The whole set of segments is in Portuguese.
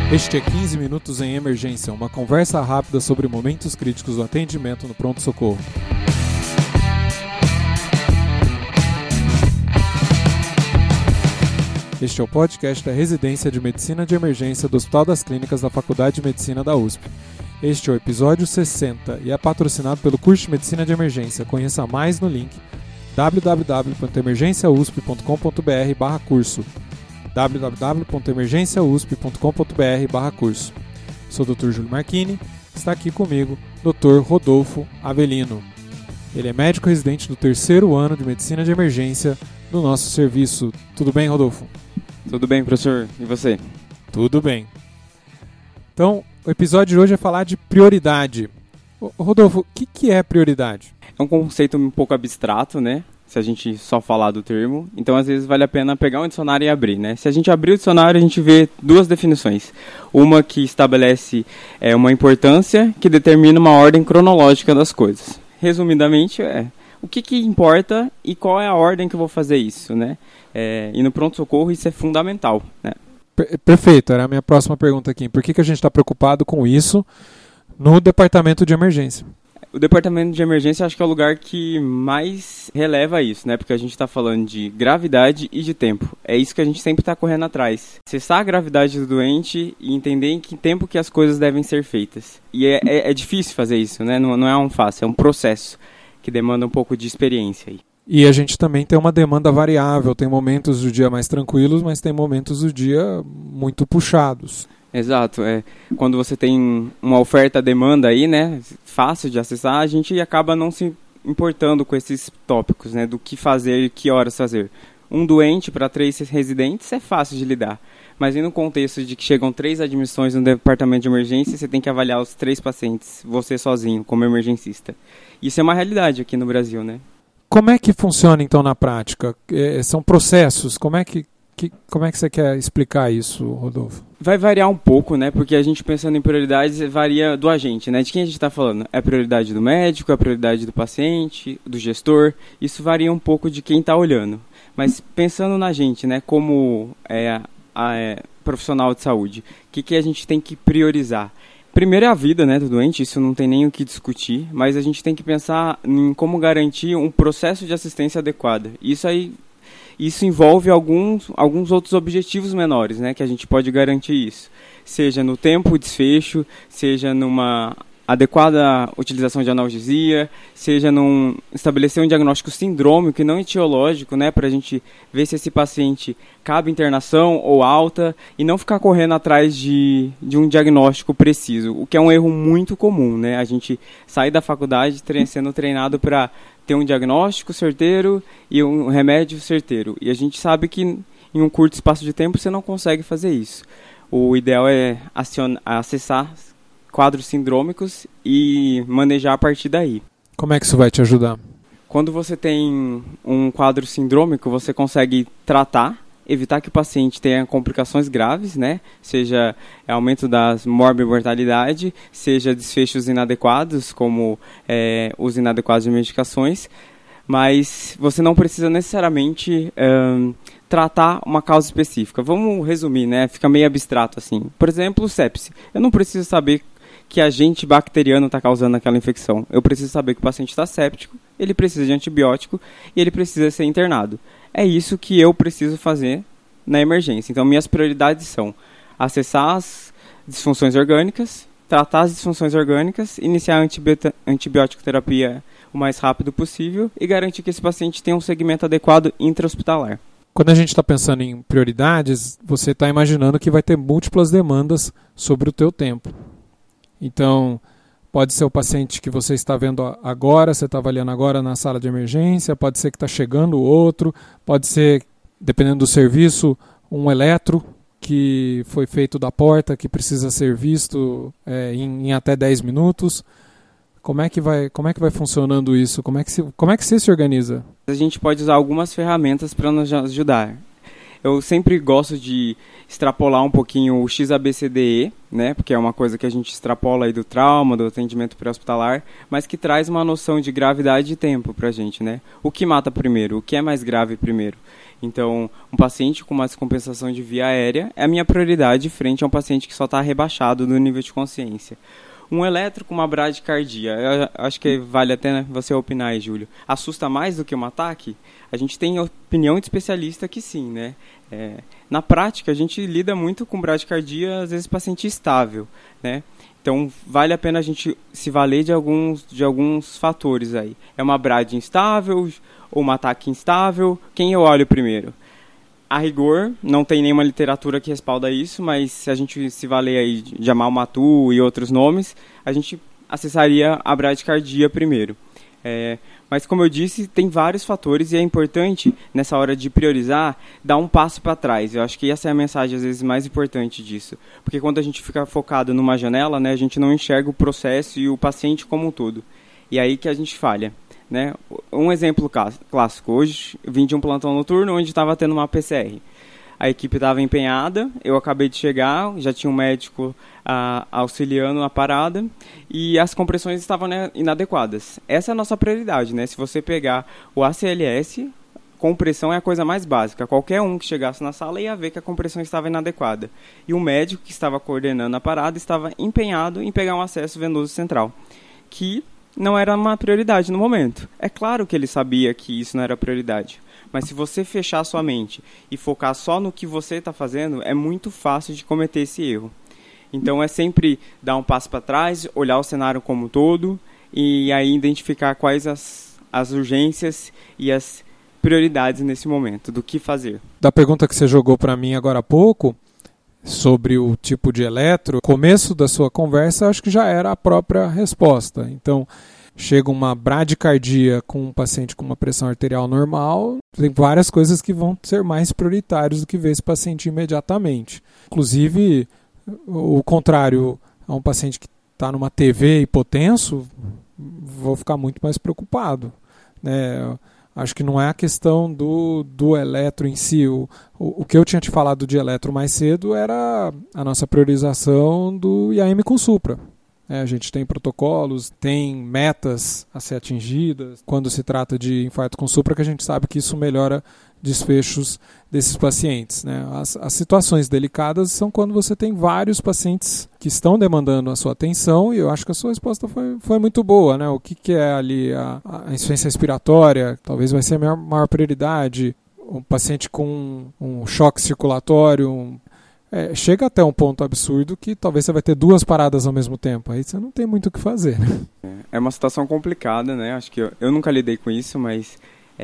Este é 15 Minutos em Emergência, uma conversa rápida sobre momentos críticos do atendimento no pronto-socorro. Este é o podcast da Residência de Medicina de Emergência do Hospital das Clínicas da Faculdade de Medicina da USP. Este é o episódio 60 e é patrocinado pelo curso de Medicina de Emergência. Conheça mais no link www.emergenciausp.com.br/curso www.emergenciausp.com.br/curso. Sou o Dr. Júlio Marchini, está aqui comigo Dr. Rodolfo Avelino. Ele é médico residente do terceiro ano de Medicina de Emergência do nosso serviço. Tudo bem, Rodolfo? Tudo bem, professor. E você? Tudo bem. Então, o episódio de hoje é falar de prioridade. Rodolfo, o que é prioridade? É um conceito um pouco abstrato, né? Se a gente só falar do termo. Então, às vezes, vale a pena pegar um dicionário e abrir, né? Se a gente abrir o dicionário, a gente vê duas definições. Uma que estabelece uma importância que determina uma ordem cronológica das coisas. Resumidamente, o que importa e qual é a ordem que eu vou fazer isso, né? E no pronto-socorro isso é fundamental, né? Perfeito, era a minha próxima pergunta aqui. Por que a gente está preocupado com isso no departamento de emergência? O departamento de emergência acho que é o lugar que mais releva isso, né? Porque a gente está falando de gravidade e de tempo. É isso que a gente sempre está correndo atrás. Acessar a gravidade do doente e entender em que tempo que as coisas devem ser feitas. E é difícil fazer isso, né? Não é um fácil, é um processo que demanda um pouco de experiência aí. E a gente também tem uma demanda variável. Tem momentos do dia mais tranquilos, mas tem momentos do dia muito puxados. Exato. Quando você tem uma oferta-demanda aí, né, fácil de acessar, a gente acaba não se importando com esses tópicos, né, do que fazer e que horas fazer. Um doente para 3 residentes é fácil de lidar. Mas e no contexto de que chegam 3 admissões no departamento de emergência, você tem que avaliar os 3 pacientes, você sozinho, como emergencista. Isso é uma realidade aqui no Brasil, né? Como é que funciona, então, na prática? São processos. Como é que você quer explicar isso, Rodolfo? Vai variar um pouco, né? Porque a gente pensando em prioridades, varia do agente, né? De quem a gente está falando? É a prioridade do médico, é a prioridade do paciente, do gestor? Isso varia um pouco de quem está olhando. Mas pensando na gente, né? Como profissional de saúde, o que a gente tem que priorizar? Primeiro é a vida, né, do doente, isso não tem nem o que discutir, mas a gente tem que pensar em como garantir um processo de assistência adequada. Isso envolve alguns outros objetivos menores, né, que a gente pode garantir isso. Seja no tempo desfecho, seja numa adequada utilização de analgesia, seja estabelecer um diagnóstico sindrômico e não etiológico, né, para a gente ver se esse paciente cabe internação ou alta e não ficar correndo atrás de um diagnóstico preciso, o que é um erro muito comum, né, a gente sai da faculdade sendo treinado para ter um diagnóstico certeiro e um remédio certeiro, e a gente sabe que em um curto espaço de tempo você não consegue fazer isso. O ideal é acessar quadros sindrômicos e manejar a partir daí. Como é que isso vai te ajudar? Quando você tem um quadro sindrômico, você consegue tratar, evitar que o paciente tenha complicações graves, né? Seja aumento da morbimortalidade, seja desfechos inadequados, como uso inadequado de medicações, mas você não precisa necessariamente tratar uma causa específica. Vamos resumir, né? Fica meio abstrato assim. Por exemplo, sepse. Eu não preciso saber que agente bacteriano está causando aquela infecção. Eu preciso saber que o paciente está séptico, ele precisa de antibiótico e ele precisa ser internado. É isso que eu preciso fazer na emergência. Então, minhas prioridades são acessar as disfunções orgânicas, tratar as disfunções orgânicas, iniciar a antibiótico terapia o mais rápido possível e garantir que esse paciente tenha um segmento adequado intra-hospitalar. Quando a gente está pensando em prioridades, você está imaginando que vai ter múltiplas demandas sobre o teu tempo. Então, pode ser o paciente que você está vendo agora, você está avaliando agora na sala de emergência, pode ser que está chegando outro, pode ser, dependendo do serviço, um eletro que foi feito da porta, que precisa ser visto em até 10 minutos. Como é que vai funcionando isso? Como é que você se organiza? A gente pode usar algumas ferramentas para nos ajudar. Eu sempre gosto de extrapolar um pouquinho o XABCDE, né, porque é uma coisa que a gente extrapola aí do trauma, do atendimento pré-hospitalar, mas que traz uma noção de gravidade e tempo para a gente, né? O que mata primeiro? O que é mais grave primeiro? Então, um paciente com uma descompensação de via aérea é a minha prioridade frente a um paciente que só está rebaixado do nível de consciência. Um eletro com uma bradicardia, eu acho que vale até você opinar aí, Júlio. Assusta mais do que um ataque? A gente tem opinião de especialista que sim, né? Na prática, a gente lida muito com bradicardia, às vezes paciente estável, né? Então, vale a pena a gente se valer de alguns fatores aí. É uma brad instável ou um ataque instável? Quem eu olho primeiro? A rigor, não tem nenhuma literatura que respalda isso, mas se a gente se valer aí de Jamal Matu e outros nomes, a gente acessaria a bradicardia primeiro. Mas, como eu disse, tem vários fatores e é importante, nessa hora de priorizar, dar um passo para trás. Eu acho que essa é a mensagem, às vezes, mais importante disso. Porque quando a gente fica focado numa janela, né, a gente não enxerga o processo e o paciente como um todo. E aí que a gente falha. Né? Um exemplo clássico, hoje eu vim de um plantão noturno onde estava tendo uma PCR. A equipe estava empenhada, eu acabei de chegar, já tinha um médico auxiliando a parada e as compressões estavam, né, inadequadas. Essa é a nossa prioridade, né? Se você pegar o ACLS, compressão é a coisa mais básica. Qualquer um que chegasse na sala ia ver que a compressão estava inadequada. E o médico que estava coordenando a parada estava empenhado em pegar um acesso venoso central, que não era uma prioridade no momento. É claro que ele sabia que isso não era prioridade. Mas se você fechar sua mente e focar só no que você está fazendo, é muito fácil de cometer esse erro. Então é sempre dar um passo para trás, olhar o cenário como um todo e aí identificar quais as urgências e as prioridades nesse momento, do que fazer. Da pergunta que você jogou para mim agora há pouco, sobre o tipo de eletro, começo da sua conversa acho que já era a própria resposta. Então, chega uma bradicardia com um paciente com uma pressão arterial normal, tem várias coisas que vão ser mais prioritárias do que ver esse paciente imediatamente. Inclusive, o contrário, a um paciente que está numa TV hipotenso, vou ficar muito mais preocupado, né? Acho que não é a questão do eletro em si. O que eu tinha te falado de eletro mais cedo era a nossa priorização do IAM com supra. A gente tem protocolos, tem metas a ser atingidas. Quando se trata de infarto com supra, que a gente sabe que isso melhora desfechos desses pacientes, né? As situações delicadas são quando você tem vários pacientes que estão demandando a sua atenção, e eu acho que a sua resposta foi muito boa, né? O que é ali a insuficiência respiratória, talvez vai ser a minha maior prioridade. Um paciente com um choque circulatório, chega até um ponto absurdo que talvez você vai ter duas paradas ao mesmo tempo, aí você não tem muito o que fazer, né? É uma situação complicada, né? Acho que eu nunca lidei com isso, mas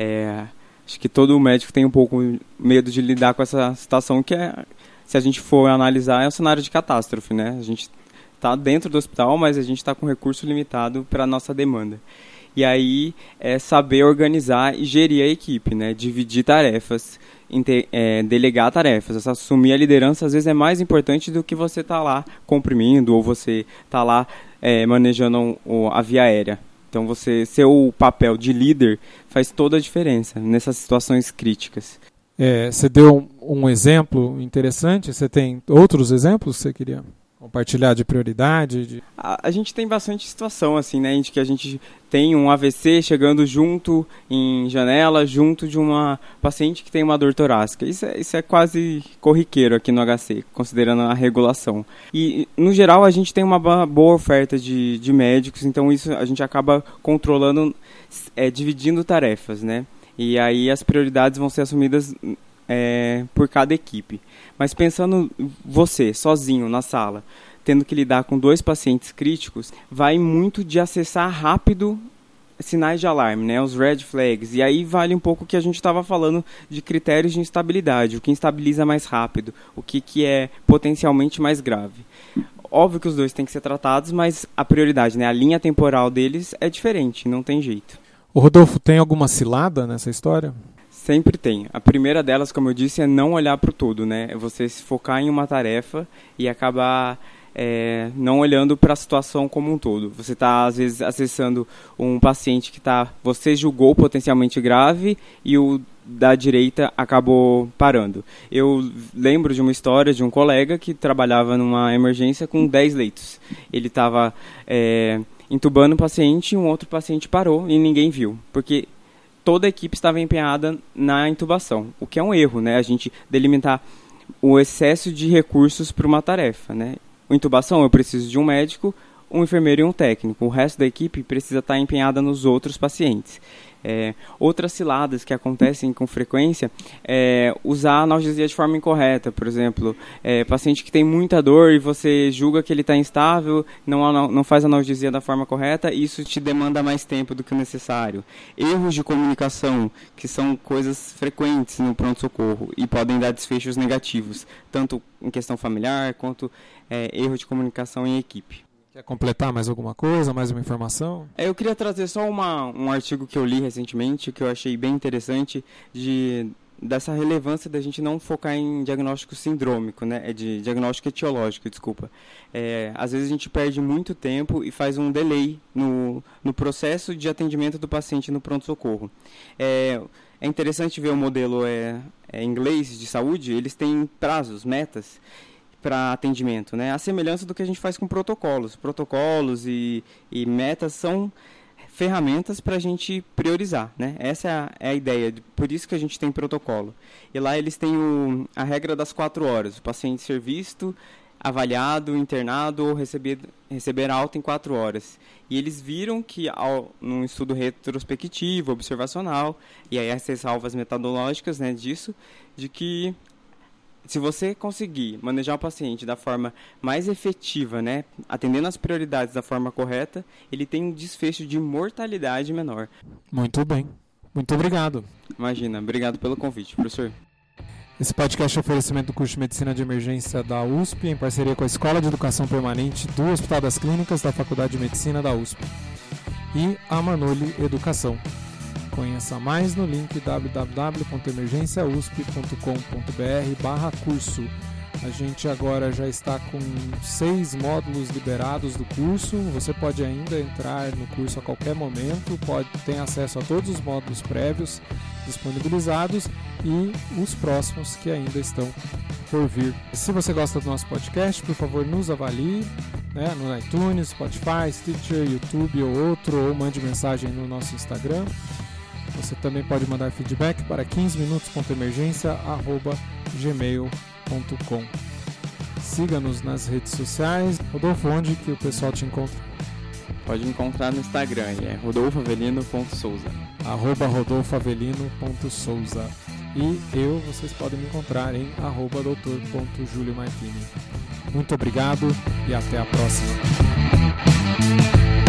acho que todo médico tem um pouco medo de lidar com essa situação que se a gente for analisar, é um cenário de catástrofe, né? A gente está dentro do hospital, mas a gente está com recurso limitado para a nossa demanda. E aí é saber organizar e gerir a equipe, né? Dividir tarefas, delegar tarefas. Assumir a liderança às vezes é mais importante do que você estar lá comprimindo ou você estar lá manejando a via aérea. Então, seu papel de líder faz toda a diferença nessas situações críticas. Você deu um exemplo interessante. Você tem outros exemplos que você queria compartilhar de prioridade? A gente tem bastante situação, assim, né? De que a gente tem um AVC chegando junto em janela, junto de uma paciente que tem uma dor torácica. Isso é quase corriqueiro aqui no HC, considerando a regulação. E, no geral, a gente tem uma boa oferta de médicos, então isso a gente acaba controlando, dividindo tarefas, né? E aí as prioridades vão ser assumidas por cada equipe. Mas pensando você, sozinho, na sala, tendo que lidar com 2 pacientes críticos, vai muito de acessar rápido sinais de alarme, né? Os red flags. E aí vale um pouco o que a gente estava falando de critérios de instabilidade, o que instabiliza mais rápido, o que é potencialmente mais grave. Óbvio que os 2 têm que ser tratados, mas a prioridade, né? A linha temporal deles é diferente, não tem jeito. O Rodolfo, tem alguma cilada nessa história? Sempre tem. A primeira delas, como eu disse, é não olhar para o todo, né? É você se focar em uma tarefa e acabar não olhando para a situação como um todo. Você está, às vezes, acessando um paciente que você julgou potencialmente grave e o da direita acabou parando. Eu lembro de uma história de um colega que trabalhava numa emergência com 10 leitos. Ele estava entubando o paciente e um outro paciente parou e ninguém viu, porque toda a equipe estava empenhada na intubação, o que é um erro, né? A gente delimitar o excesso de recursos para uma tarefa, né? A intubação, eu preciso de um médico, um enfermeiro e um técnico. O resto da equipe precisa estar empenhada nos outros pacientes. Outras ciladas que acontecem com frequência é usar a analgesia de forma incorreta. Por exemplo, paciente que tem muita dor e você julga que ele está instável, não faz a analgesia da forma correta, isso te demanda mais tempo do que o necessário. Erros de comunicação, que são coisas frequentes no pronto-socorro e podem dar desfechos negativos, tanto em questão familiar quanto erro de comunicação em equipe. Quer completar mais alguma coisa, mais uma informação? Eu queria trazer só um artigo que eu li recentemente, que eu achei bem interessante, dessa relevância da gente não focar em diagnóstico sindrômico, né? De diagnóstico etiológico, desculpa. Às vezes a gente perde muito tempo e faz um delay no processo de atendimento do paciente no pronto-socorro. É interessante ver o modelo inglês de saúde, eles têm prazos, metas, para atendimento, né? A semelhança do que a gente faz com protocolos. Protocolos e metas são ferramentas para a gente priorizar, né? Essa é a ideia, por isso que a gente tem protocolo. E lá eles têm a regra das 4 horas, o paciente ser visto, avaliado, internado ou receber alta em 4 horas. E eles viram que, num estudo retrospectivo, observacional, e aí essas salvas metodológicas, né, disso, de que se você conseguir manejar o paciente da forma mais efetiva, né, atendendo às prioridades da forma correta, ele tem um desfecho de mortalidade menor. Muito bem. Muito obrigado. Imagina. Obrigado pelo convite, professor. Esse podcast é oferecimento do curso de Medicina de Emergência da USP, em parceria com a Escola de Educação Permanente do Hospital das Clínicas da Faculdade de Medicina da USP e a Manoli Educação. Conheça mais no link www.emergenciausp.com.br/curso. A gente agora já está com 6 módulos liberados do curso. Você pode ainda entrar no curso a qualquer momento, ter acesso a todos os módulos prévios disponibilizados e os próximos que ainda estão por vir. Se você gosta do nosso podcast, por favor, nos avalie, né, no iTunes, Spotify, Stitcher, YouTube ou outro, ou mande mensagem no nosso Instagram. Você também pode mandar feedback para 15minutos.emergência@gmail.com. Siga-nos nas redes sociais. Rodolfo, onde que o pessoal te encontra? Pode me encontrar no Instagram, rodolfoavelino.souza. @rodolfoavelino.souza. E vocês podem me encontrar em @doutor.juliomartini. Muito obrigado e até a próxima.